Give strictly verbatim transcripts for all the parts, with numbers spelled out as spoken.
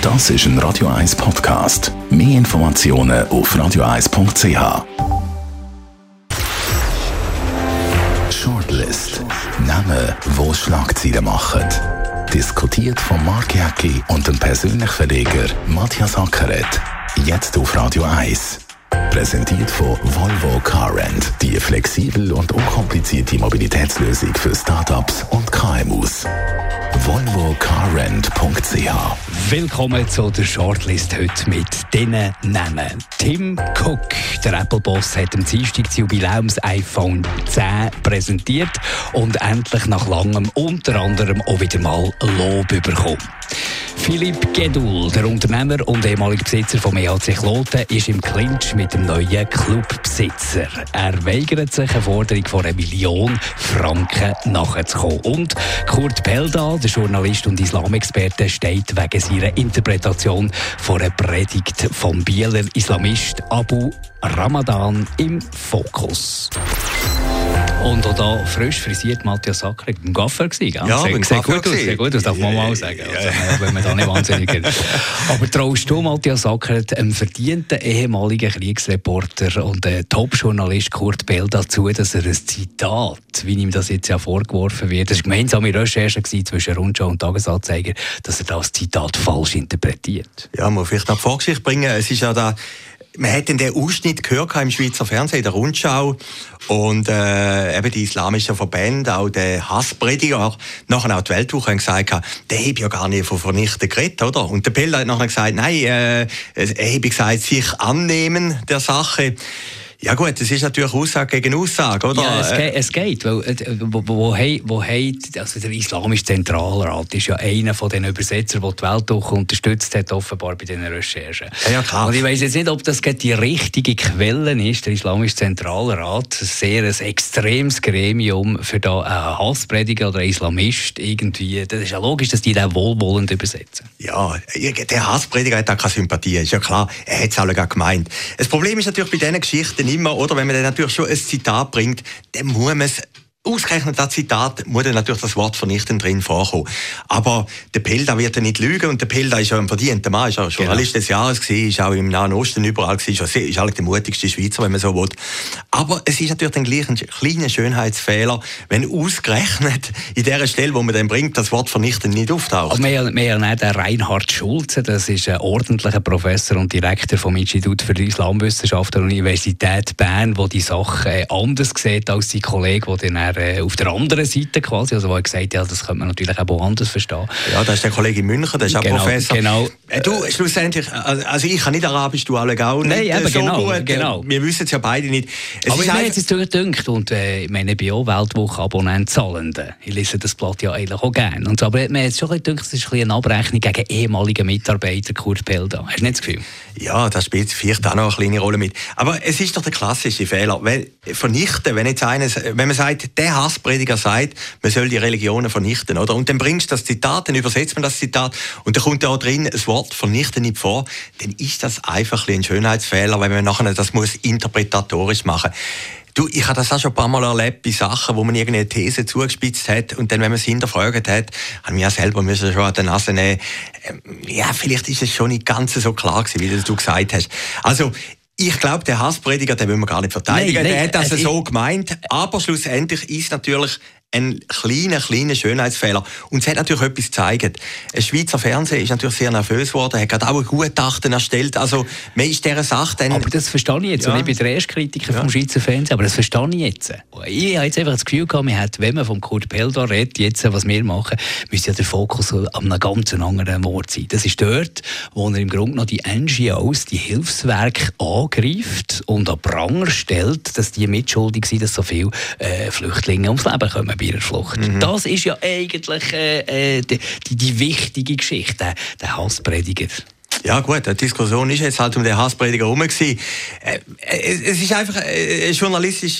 Das ist ein Radio eins Podcast. Mehr Informationen auf radio eins punkt c h. Shortlist. Namen, die Schlagzeilen machen. Diskutiert von Mark Jäcki und dem persönlichen Verleger Matthias Ackeret. Jetzt auf Radio eins. Präsentiert von Volvo Carrent. Die flexibel und unkomplizierte Mobilitätslösung für Startups und K M Us. volvo carrent punkt c h. Willkommen zu der Shortlist heute mit diesen Namen. Tim Cook, der Apple-Boss, hat am Dienstag das Jubiläums-iPhone zehn präsentiert und endlich nach langem unter anderem auch wieder mal Lob bekommen. Philipp Gedul, der Unternehmer und ehemalige Besitzer vom E H C Kloten, ist im Clinch mit dem neuen Clubbesitzer. Er weigert sich, eine Forderung von einer Million Franken nachzukommen. Und Kurt Pelda, der Journalist und Islamexperte, steht wegen seiner Interpretation von einer Predigt vom Bieler Islamist Abu Ramadan im Fokus. Und auch da frisch frisiert Matthias Ackeret beim Gaffer gewesen, gell? Ja, sehr, sehr gut aus, sehr gut, das darf man mal sagen. Also, ja. Wenn man da nicht wahnsinnig ist. Aber traust du Matthias Ackeret, einem verdienten ehemaligen Kriegsreporter und äh, Top-Journalist Kurt Pelda dazu, dass er ein Zitat, wie ihm das jetzt ja vorgeworfen wird, das war eine gemeinsame Recherche zwischen Rundschau und Tagesanzeiger, dass er das Zitat falsch interpretiert? Ja, man muss vielleicht noch die Vorgeschichte bringen. Es ist ja da, man hat den Ausschnitt gehört im Schweizer Fernsehen, in der Rundschau. Und äh, eben die islamischen Verbände, auch der Hassprediger, nachher auch die Weltwoche haben gesagt, der habe ja gar nicht von vernichten geredet, oder? Und der Pelda hat nachher gesagt, nein, äh, er habe gesagt, sich annehmen der Sache. Ja gut, das ist natürlich Aussage gegen Aussage, oder? Ja, es geht, es geht weil wo, wo, wo, wo also der Islamische Zentralrat ist ja einer von den Übersetzern, der die Weltwoche unterstützt hat, offenbar bei diesen Recherchen. Ja, ja, klar. Und ich weiss jetzt nicht, ob das die richtige Quelle ist, der Islamische Zentralrat, ein sehr ein extremes Gremium für da einen Hassprediger oder einen Islamist irgendwie. Das ist ja logisch, dass die den wohlwollend übersetzen. Ja, der Hassprediger hat auch keine Sympathie, ist ja klar, er hat es alle gar gemeint. Das Problem ist natürlich bei diesen Geschichten immer, oder, wenn man dann natürlich schon ein Zitat bringt, dann muss man es ausgerechnet das Zitat, muss dann natürlich das Wort vernichten drin vorkommen. Aber der Pelda wird ja nicht lügen und der Pelda ist ja ein verdienter Mann, ist ja Journalist genau. des Jahres gewesen, ist auch im Nahen Osten überall gewesen, ist, ist eigentlich der mutigste Schweizer, wenn man so will. Aber es ist natürlich dann gleich ein kleiner Schönheitsfehler, wenn ausgerechnet in der Stelle, wo man dann bringt, das Wort vernichten nicht auftaucht. Aber wir, wir haben auch den Reinhard Schulze, das ist ein ordentlicher Professor und Direktor vom Institut für Islamwissenschaft der Universität Bern, der die Sache anders sieht als sein Kollege, der dann auf der anderen Seite quasi, also wo er gesagt hat, ja, das könnte man natürlich auch anders verstehen. Ja, das ist der Kollege in München, der ist auch genau, Professor. Genau. Du, schlussendlich, also ich kann nicht Arabisch, du alle auch nicht. Nein, eben, so genau, gut. genau. Wir wissen es ja beide nicht. Es aber ist ich habe jetzt durchgedacht und äh, ich meine, ich bin auch Weltwoche-Abonnent zahlende. Ich lese das Blatt ja eigentlich auch gerne. Und so, aber mir hat jetzt schon gedacht, das ist ein eine Abrechnung gegen ehemaligen Mitarbeiter Kurt Pelda. Hast du nicht das Gefühl? Ja, das spielt vielleicht auch noch eine kleine Rolle mit. Aber es ist doch der klassische Fehler. Weil vernichten, wenn jetzt eines, wenn man sagt, der Hassprediger sagt, man soll die Religionen vernichten, oder? Und dann bringst du das Zitat, dann übersetzt man das Zitat und dann kommt da drin das Wort vernichten nicht vor, dann ist das einfach ein Schönheitsfehler, wenn man nachher das muss interpretatorisch machen. Du, ich habe das auch schon ein paar Mal erlebt bei Sachen, wo man irgendeine These zugespitzt hat und dann, wenn man es hinterfragt hat, haben wir ja selber müssen schon an der Nase nehmen. Ja, vielleicht ist es schon nicht ganz so klar gewesen, wie du gesagt hast. Also, ich glaube, der Hassprediger, den will man gar nicht verteidigen. Nein, nein, der hat das äh, so gemeint. Aber schlussendlich ist natürlich ein kleiner, kleiner Schönheitsfehler. Und es hat natürlich etwas gezeigt. Ein Schweizer Fernsehen ist natürlich sehr nervös geworden, hat gerade auch ein Gutachten erstellt. Also, man ist dieser Sache dann... Aber das verstehe ich jetzt. Ja. Und ich bin der erste Kritiker ja. vom Schweizer Fernsehen, aber das verstehe ich jetzt. Ich habe jetzt einfach das Gefühl gehabt, man hat, wenn man vom Kurt Pelda redet, jetzt, was wir machen, müsste ja der Fokus an einem ganz anderen Ort sein. Das ist dort, wo er im Grunde noch die N G Os, die Hilfswerke angreift und an Pranger stellt, dass die mitschuldig sind, dass so viele äh, Flüchtlinge ums Leben kommen bei ihrer Flucht. Mhm. Das ist ja eigentlich äh, die, die, die wichtige Geschichte, der, der Hassprediger. Ja gut, die Diskussion ist jetzt halt um den Hassprediger herum gewesen. Äh, es ist einfach eine journalistische,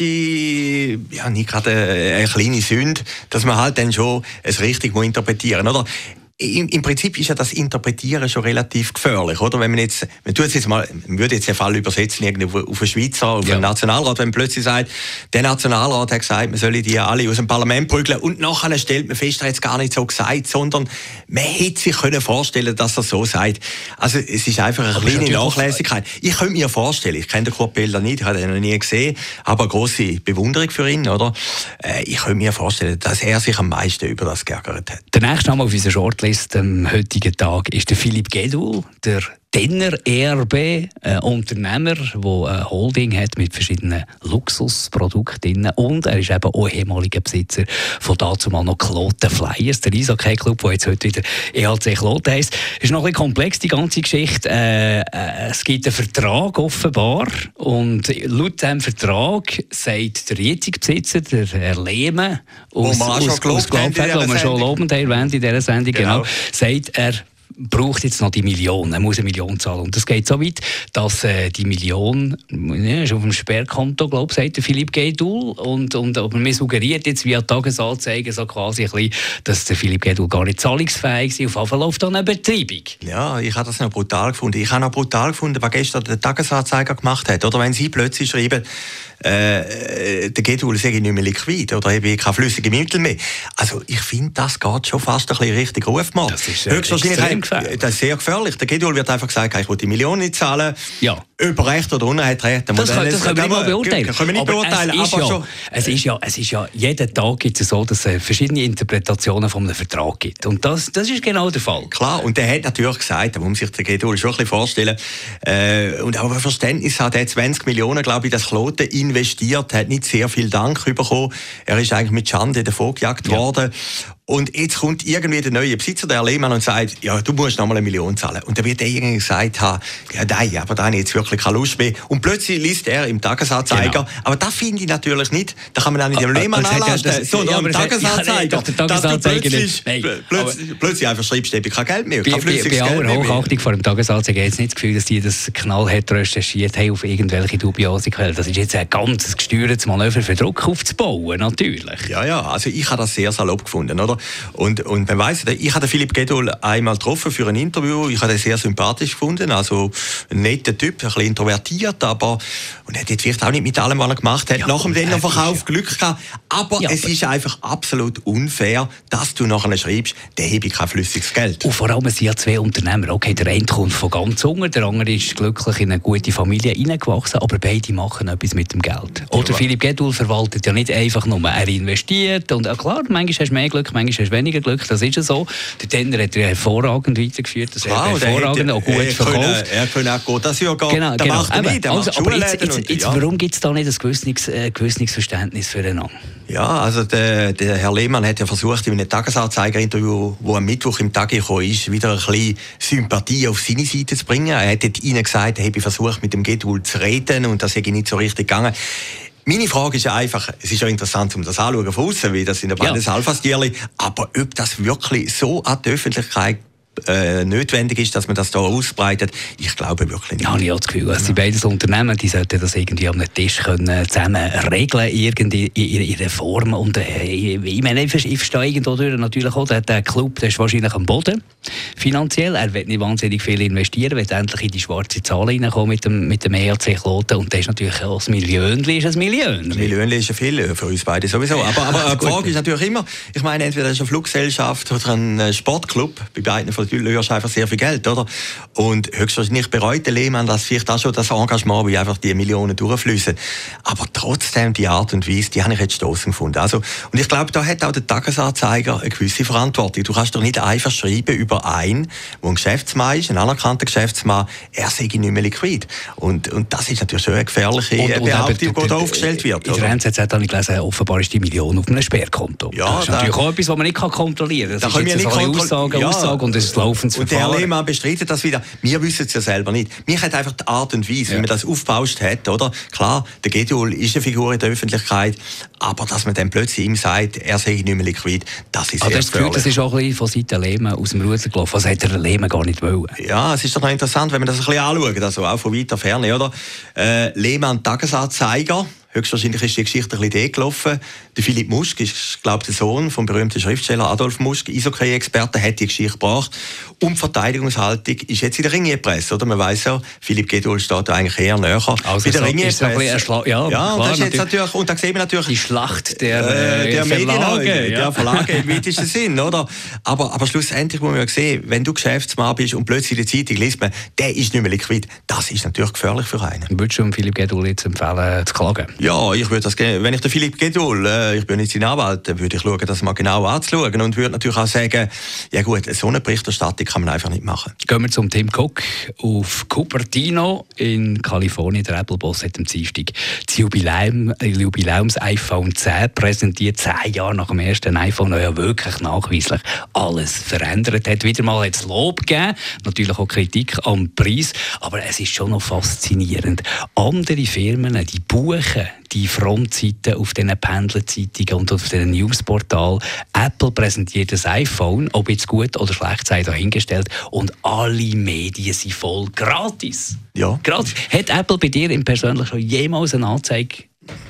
ja nicht gerade eine kleine Sünde, dass man halt dann schon es richtig interpretieren muss, oder? im, im Prinzip ist ja das Interpretieren schon relativ gefährlich, oder? Wenn man jetzt, man tut es jetzt mal, man würde jetzt den Fall übersetzen irgendwo auf einen Schweizer, auf ja. einen Nationalrat, wenn man plötzlich sagt, der Nationalrat hat gesagt, man solle die alle aus dem Parlament prügeln und nachher stellt man fest, er hat es gar nicht so gesagt, sondern man hätte sich können vorstellen, dass er so sagt. Also es ist einfach eine aber kleine Nachlässigkeit. Ich könnte mir vorstellen, ich kenne den Kurt Bieler nicht, ich habe ihn noch nie gesehen, aber eine grosse Bewunderung für ihn, oder? Äh, ich könnte mir vorstellen, dass er sich am meisten über das geärgert hat. Der nächste Name auf unserer Shortlist am heutigen Tag ist der Philipp Guedouls, der Denner E R B, ein Unternehmer, der eine Holding hat mit verschiedenen Luxusprodukten und er ist eben auch ehemaliger Besitzer von dazumal noch Kloten Flyers, der Eishockey-Club, der jetzt heute wieder E H C Kloten heisst. Es ist noch ein bisschen komplex, die ganze Geschichte. Äh, äh, es gibt einen Vertrag offenbar und laut diesem Vertrag sagt der jetzige Besitzer, der Herr Lehmann, aus, aus, aus Glaubfeld, den wir schon lobend erwähnt in dieser Sendung, genau. Genau, sagt er, braucht jetzt noch die Million, er muss eine Million zahlen. Und das geht so weit, dass äh, die Million ja, ist auf dem Sperrkonto, glaube ich, sagt der Philipp Guedouls. Und, und aber mir suggeriert jetzt via Tagesanzeigen so quasi ein bisschen, dass der Philipp Guedouls gar nicht zahlungsfähig ist. Auf jeden Fall läuft dann eine Betreibung. Ja, ich habe das noch brutal gefunden. Ich habe noch brutal gefunden, was gestern der Tagesanzeiger gemacht hat. Oder wenn Sie plötzlich schreiben, äh, der Guedouls sei nicht mehr liquid oder habe keine flüssigen Mittel mehr. Also ich finde, das geht schon fast ein bisschen richtig Rufmord. Das ist äh, höchstwahrscheinlich gefährlich. Das ist sehr gefährlich. Der Guedouls wird einfach gesagt, ich will die Million nicht zahlen. Ja. Über Recht oder Unrecht recht. Das, kann, das können wir nicht mal beurteilen. Können wir nicht aber beurteilen. Es ist, aber ja, schon. es, ist ja, es ist ja, jeden Tag gibt es so, dass es verschiedene Interpretationen von einem Vertrag gibt. Und das, das ist genau der Fall. Klar, und der hat natürlich gesagt, da muss man sich der Guedouls schon ein bisschen vorstellen, äh, und auch ein Verständnis hat, er hat zwanzig Millionen, glaube ich, das Kloten investiert, hat nicht sehr viel Dank bekommen. Er ist eigentlich mit Schande davongejagt ja. worden. Und jetzt kommt irgendwie der neue Besitzer, der Herr Lehmann, und sagt, ja, du musst noch mal eine Million zahlen. Und dann wird er irgendwie gesagt haben, ja, nein, aber da habe ich jetzt wirklich keine Lust mehr. Und plötzlich liest er im Tagesanzeiger. Genau. Aber das finde ich natürlich nicht, da kann man auch nicht dem Lehmann anlasten, sondern im Tagesanzeiger. Der Tagesanzeiger plötzlich, plötzlich, plötzlich einfach schreibst, ich habe kein Geld mehr, kein flüssiges Geld mehr. Bei aller Hochachtung vor dem Tagesanzeiger habe ich nicht das Gefühl, dass die das knallhart recherchiert haben auf irgendwelche dubiose Quellen. Das ist jetzt ein ganz gesteuertes Manöver für Druck aufzubauen, natürlich. Ja, ja, also ich habe das sehr salopp gefunden, oder? Und, und man weiss, ich habe Philipp Guedouls einmal getroffen für ein Interview. Ich habe ihn sehr sympathisch gefunden, also ein netter Typ, ein bisschen introvertiert, aber und er hat jetzt vielleicht auch nicht mit allem, was er gemacht hat, ja, nach dem Dennerverkauf ja. Glück gehabt. Aber ja, es aber ist einfach absolut unfair, dass du nachher schreibst, der habe kein flüssiges Geld. Und vor allem es sind ja zwei Unternehmer. Okay, der eine kommt von ganz unten, der andere ist glücklich in eine gute Familie hineingewachsen, aber beide machen etwas mit dem Geld. Oder ja. Philipp Guedouls verwaltet ja nicht einfach nur, er investiert und auch klar, manchmal hast du mehr Glück, manchmal hast du weniger Glück, das ist ja so. Der Denner hat ja hervorragend weitergeführt, das Klar, hat hervorragend auch gut er verkauft. Er kann auch gut das Jahr gehen, genau, da genau. macht er nicht, er also, macht aber jetzt, jetzt, und, jetzt, ja. warum gibt es da nicht ein gewisses, äh, gewisses Verständnis füreinander? Ja, also der, der Herr Lehmann hat ja versucht, in einem Tagesanzeiger-Interview, wo am Mittwoch im Tag gekommen ist, wieder ein bisschen Sympathie auf seine Seite zu bringen. Er hat ihnen gesagt, er habe versucht, mit dem Guedouls zu reden und das sei nicht so richtig gegangen. Meine Frage ist ja einfach, es ist ja interessant, um das anzuschauen von außen, wie das in der Beides ja. Alpha-Stierli, aber ob das wirklich so an die Öffentlichkeit Äh, notwendig ist, dass man das hier ausbreitet, ich glaube wirklich nicht. Ja, ich habe das Gefühl, dass die beiden Unternehmen, die sollten das irgendwie am Tisch können zusammen regeln, irgendwie in ihrer Form. Und äh, ich meine, ich verstehe irgendwo natürlich auch, der, der Club, der ist wahrscheinlich am Boden, finanziell. Er wird nicht wahnsinnig viel investieren, wird endlich in die schwarze Zahl reinkommen mit dem, mit dem E H C Kloten. Und das ist natürlich auch ein Millionchen, ist ein Millionchen. Ein Millionchen ist ja viel, für uns beide sowieso. Aber, aber die Frage ist natürlich immer, ich meine, entweder ist eine Fluggesellschaft oder ein Sportclub, bei beiden von du löst einfach sehr viel Geld, oder? Und höchstwahrscheinlich bereut der Lehmann das vielleicht auch schon das Engagement, wie einfach die Millionen durchfließen. Aber trotzdem die Art und Weise, die habe ich jetzt stossend gefunden. Also, und ich glaube, da hat auch der Tagesanzeiger eine gewisse Verantwortung. Du kannst doch nicht einfach schreiben über einen, der ein Geschäftsmann ist, ein anerkannter Geschäftsmann, er sei nicht mehr liquid. Und, und das ist natürlich schon eine gefährliche und, Behauptung, die da aufgestellt wird. In der N Z Z habe ich gelesen, offenbar ist die Million auf einem Sperrkonto. Ja, das ist natürlich auch etwas, was man nicht kontrollieren kann. Das da ist jetzt eine Aussage, ja. Aussage und es ist laufendes Und Verfahren. der Lehmann bestreitet das wieder. Wir wissen es ja selber nicht. Mir hat einfach die Art und Weise, ja. wie man das aufgebaut hat, oder? Klar, der Guedouls ist eine Figur in der Öffentlichkeit, aber dass man dann plötzlich ihm sagt, er sei nicht mehr liquid, das ist sehr gefährlich. Das ist auch ein bisschen von Seiten Lehmann aus dem Ruder gelaufen. Was hat der Lehmann gar nicht wollen? Ja, es ist doch noch interessant, wenn man das ein bisschen anschaut, also auch von weiter Ferne, oder? Äh, Lehmann Tagesanzeiger, höchstwahrscheinlich ist die Geschichte ein bisschen gelaufen. Der Philipp Musk ist, glaube ich, der Sohn vom berühmten Schriftsteller Adolf Musk, Eishockey-Experte, hat die Geschichte gebracht. Und die Verteidigungshaltung ist jetzt in der Ringier-Presse, oder? Man weiss ja, Philipp Gedul steht da eigentlich eher näher. Also bei der so, Ringier-Presse. So ja, ja, und klar, das ist jetzt natürlich, und da sehen wir natürlich die Schlacht der, äh, der Verlage, Medien, ja. der Verlage im weitesten Sinn, oder? Aber, aber schlussendlich muss man ja sehen, wenn du Geschäftsmann bist und plötzlich in der Zeitung liest man, der ist nicht mehr liquid, das ist natürlich gefährlich für einen. Würdest du Philipp Gedul jetzt empfehlen, zu klagen? Ja, ich würde das, wenn ich den Philipp Gedul, äh, ich bin nicht sein Anwalt, dann würde ich schauen, das mal genau anzuschauen und würde natürlich auch sagen, ja gut, so eine Berichterstattung kann man einfach nicht machen. Gehen wir zum Tim Cook auf Cupertino in Kalifornien. Der Apple-Boss hat am Dienstag das Jubiläum, Jubiläums-iPhone zehn präsentiert. Zehn Jahre nach dem ersten iPhone, das ja wirklich nachweislich alles verändert hat. Wieder mal hat es Lob gegeben, natürlich auch Kritik am Preis, aber es ist schon noch faszinierend. Andere Firmen, die buchen die Frontseiten auf diesen Pendlerzeitungen und auf diesen Newsportalen. Apple präsentiert das iPhone, ob jetzt gut oder schlecht sei dahingestellt, und alle Medien sind voll gratis. Ja. Gratis. Hat Apple bei dir im Persönlich schon jemals eine Anzeige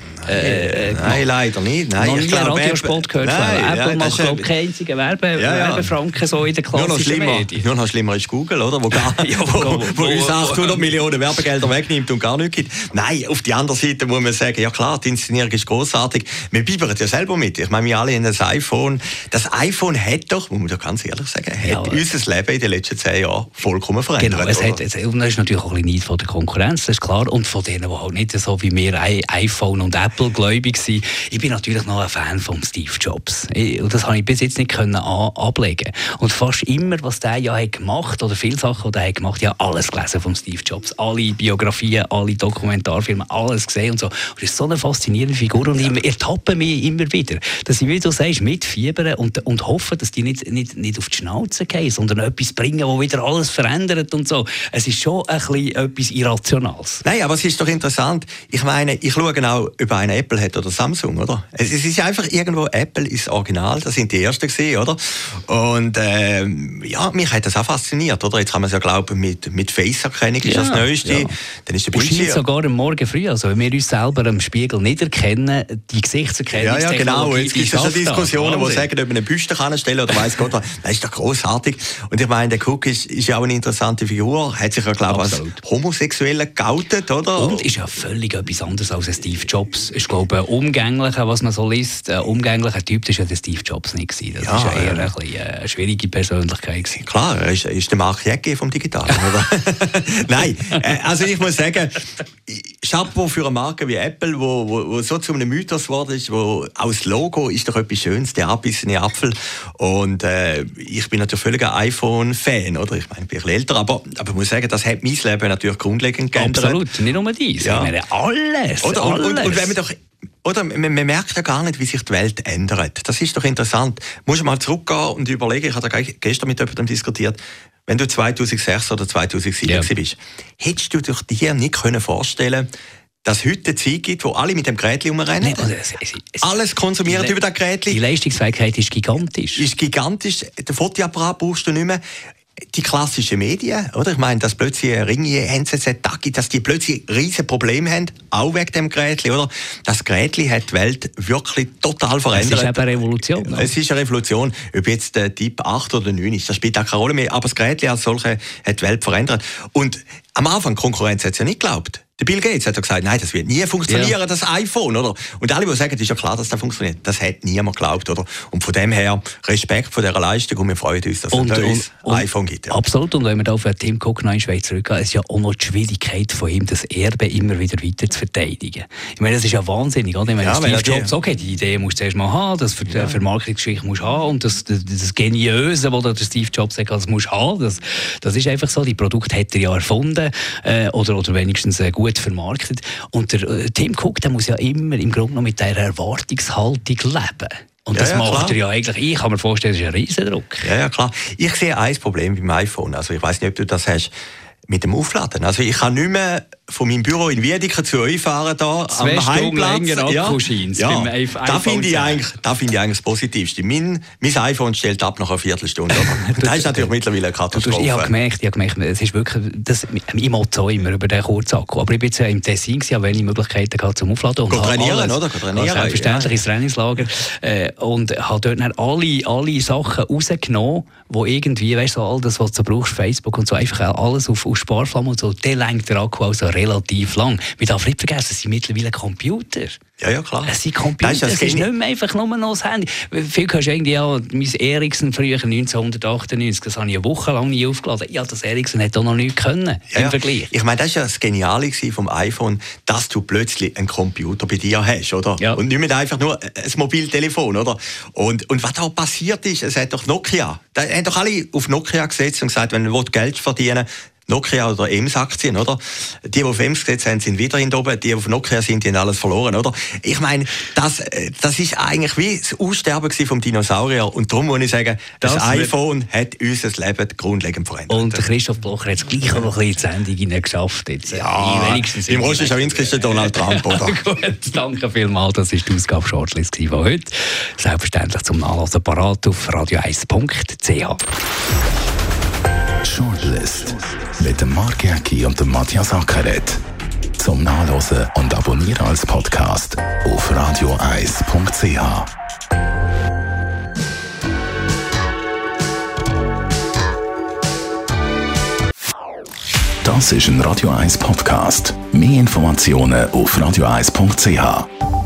Äh, nein, leider nicht. Nein, noch ich nie glaube, einen Radiospot gehört. Nein, Apple ja, macht ist, keinen einzigen Werbe, ja, ja. Werbefranken so in der klassischen Medien. Nur noch schlimmer ist Google, oder? Wo, gar, ja, wo, wo, wo, wo uns achthundert Millionen Werbegelder wegnimmt und gar nichts gibt. Nein, auf die andere Seite muss man sagen, ja klar, die Inszenierung ist grossartig. Wir bibbern ja selber mit. Ich meine, wir alle haben das iPhone. Das iPhone hat doch, muss man doch ganz ehrlich sagen, hat ja, unser Leben in den letzten zehn Jahren vollkommen verändert. Genau, es hat, es, und das ist natürlich auch ein bisschen Neid von der Konkurrenz, das ist klar. Und von denen, die halt nicht so wie wir iPhone und Apple gläubig sind. Ich bin natürlich noch ein Fan von Steve Jobs. Ich, und das habe ich bis jetzt nicht können an, ablegen. Und fast immer, was der ja hat gemacht, oder viele Sachen, die er hat gemacht, ja alles gelesen von Steve Jobs. Alle Biografien, alle Dokumentarfilme, alles gesehen und so. Und das ist so eine faszinierende Figur. Und ja. ich ertappe mich immer wieder, dass ich, wie du sagst, mitfiebern und, und hoffe, dass die nicht, nicht, nicht auf die Schnauze gehen, sondern etwas bringen, das wieder alles verändert und so. Es ist schon ein bisschen etwas Irrationales. Nein, aber es ist doch interessant. Ich meine, ich schaue auch, ob einer Apple hat oder Samsung, oder? Es ist einfach irgendwo, Apple ist das Original, das sind die Ersten gewesen, oder? Und ähm, ja, mich hat das auch fasziniert, oder? Jetzt kann man es ja glauben, mit, mit Face-Erkennung ist ja, das Neueste. Ja. Dann ist der Bildschirm sogar am Morgen früh, also wenn wir uns selber am Spiegel nicht erkennen, die Gesichtserkennung. Ja, ja, genau. Jetzt gibt es so Diskussionen, die sagen, ob man eine Büste stellen oder weiss Gott was. Das ist doch grossartig. Und ich meine, der Cook ist, ist ja auch eine interessante Figur, hat sich ja, glaube ich, als Homosexueller geoutet, oder? Und ist ja völlig etwas anderes als ein Steve Jobs. Ist, glaube ich, ein umgänglicher, was man so liest, ein umgänglicher Typ, das war ja der Steve Jobs nicht gewesen. Das war ja, eher ein bisschen eine schwierige Persönlichkeit gewesen. Klar, er ist, ist der Mark Jäcki vom Digitalen, oder? Nein, also ich muss sagen, Chapeau für eine Marke wie Apple, wo, wo, wo so zu einem Mythos geworden ist, wo auch das Logo ist doch etwas Schönes, der abbissene Apfel. Und äh, ich bin natürlich völlig ein iPhone-Fan, oder? Ich meine, ich bin ein bisschen älter, aber, aber ich muss sagen, das hat mein Leben natürlich grundlegend geändert. Absolut, nicht nur dies, ja. Ich meine, alles, oder? alles. Und, und, und wenn man doch Oder man, man merkt ja gar nicht, wie sich die Welt ändert. Das ist doch interessant. Du musst mal zurückgehen und überlegen, ich habe da gestern mit jemandem diskutiert, wenn du zweitausendsechs oder zweitausendsieben ja. bist, hättest du dir nicht können vorstellen, dass es heute eine Zeit gibt, wo alle mit dem Gerät rumrennen. Nee, es, es, es, alles konsumieren über das Gerät. Die Leistungsfähigkeit ist gigantisch. Ist gigantisch. Den Fotoapparat brauchst du nicht mehr. Die klassischen Medien, oder? Ich meine, dass plötzlich Ringier, N Z Z, Tagi, dass die plötzlich riesen Probleme haben, auch wegen dem Gerät, oder? Das Gerät hat die Welt wirklich total verändert. Es ist eben eine Revolution. Oder? Es ist eine Revolution. Ob jetzt der Typ acht oder neun ist, das spielt auch keine Rolle mehr. Aber das Gerät als solche hat die Welt verändert. Und am Anfang, Konkurrenz hat es ja nicht geglaubt. Der Bill Gates hat ja gesagt, nein, das wird nie funktionieren, ja. das iPhone, oder? Und alle, die sagen, es ist ja klar, dass das funktioniert, das hat niemand geglaubt, oder? Und von dem her, Respekt vor dieser Leistung und wir freuen uns, dass und, es ein und, iPhone gibt. Ja. Absolut, und wenn wir da auf Tim Cook noch in Schweiz zurückgehen, ist ja auch noch die Schwierigkeit von ihm, das Erbe immer wieder weiter zu verteidigen. Ich meine, das ist ja wahnsinnig, oder? Ich meine, ja, Steve Jobs, okay, die Idee musst du zuerst mal haben, das Ver ja. Vermarktungsgeschichte musst du haben und das, das, das Geniöse, was der Steve Jobs sagt, das musst du haben, das, das ist einfach so, die Produkte hat er ja erfunden äh, oder, oder wenigstens äh, gut vermarktet. Und der äh, Tim Cook, der muss ja immer im Grunde noch mit dieser Erwartungshaltung leben. Und ja, das ja, macht klar. er ja eigentlich, ich kann mir vorstellen, das ist ein Riesendruck. Ja, ja, klar. Ich sehe ein Problem beim iPhone. Also ich weiss nicht, ob du das hast mit dem Aufladen. Also ich kann nicht mehr von meinem Büro in Wiedeke zu euch fahren, da Zwei am Heimplatz. Länger ja, Akkuscheins ja. beim Da finde ich, eigentlich, da find ich eigentlich das Positivste. Mein, mein iPhone stellt ab nach einer Viertelstunde. Und das ist natürlich mittlerweile eine Katastrophe. Ich habe gemerkt, ich habe gemerkt, es ist wirklich, das, ich mache so immer über den Kurzakku. Aber ich bin jetzt im Tessin, ich habe wenig Möglichkeiten gehabt zum Aufladen. Und trainieren, alles, oder? Trainieren, selbstverständlich ja. ins Trainingslager. Äh, und habe dort dann alle, alle Sachen rausgenommen, wo irgendwie, weißt du, all das, was du brauchst, Facebook und so, einfach alles auf, auf Sparflamme und so, der lenkt der Akku also relativ lang. Wir dürfen nicht vergessen, es sind mittlerweile Computer. Ja, ja, klar. Es sind Computer, das ist, es ist nicht mehr einfach nur noch das Handy. Viel kannst du irgendwie, ja, mein Ericsson früher neunzehnhundertachtundneunzig, das habe ich eine Woche lang nie aufgeladen. Ja, das Ericsson hat auch noch nichts können, ja, im ja. Vergleich. Ich meine, das war ja das Geniale vom iPhone, dass du plötzlich einen Computer bei dir hast, oder? Ja. Und nicht mehr einfach nur ein Mobiltelefon, oder? Und, und was da passiert ist, es hat doch Nokia, da haben doch alle auf Nokia gesetzt und gesagt, wenn man Geld verdienen will, Nokia oder E M S-Aktien, oder? Die, die auf E M S gesetzt haben, sind wieder in oben. Die, die auf Nokia sind, die haben alles verloren, oder? Ich meine, das, das ist eigentlich wie das Aussterben vom Dinosaurier. Und darum muss ich sagen, das, das iPhone hat unser Leben grundlegend verändert. Und Christoph Blocher hat es gleich noch ein bisschen in die Sendung geschafft. Jetzt, ja, im Roger Schawinski ist der Donald Trump, oder? Gut, danke vielmals. Das war die Ausgabe Shortlist von heute. Selbstverständlich zum Nachlesen parat auf radio eins punkt c h. Shortlist mit dem Mark Jäcki und dem Matthias Ackeret. Zum Nachlesen und Abonnieren als Podcast auf radio eins punkt c h. Das ist ein Radio eins Podcast. Mehr Informationen auf radio eins punkt c h.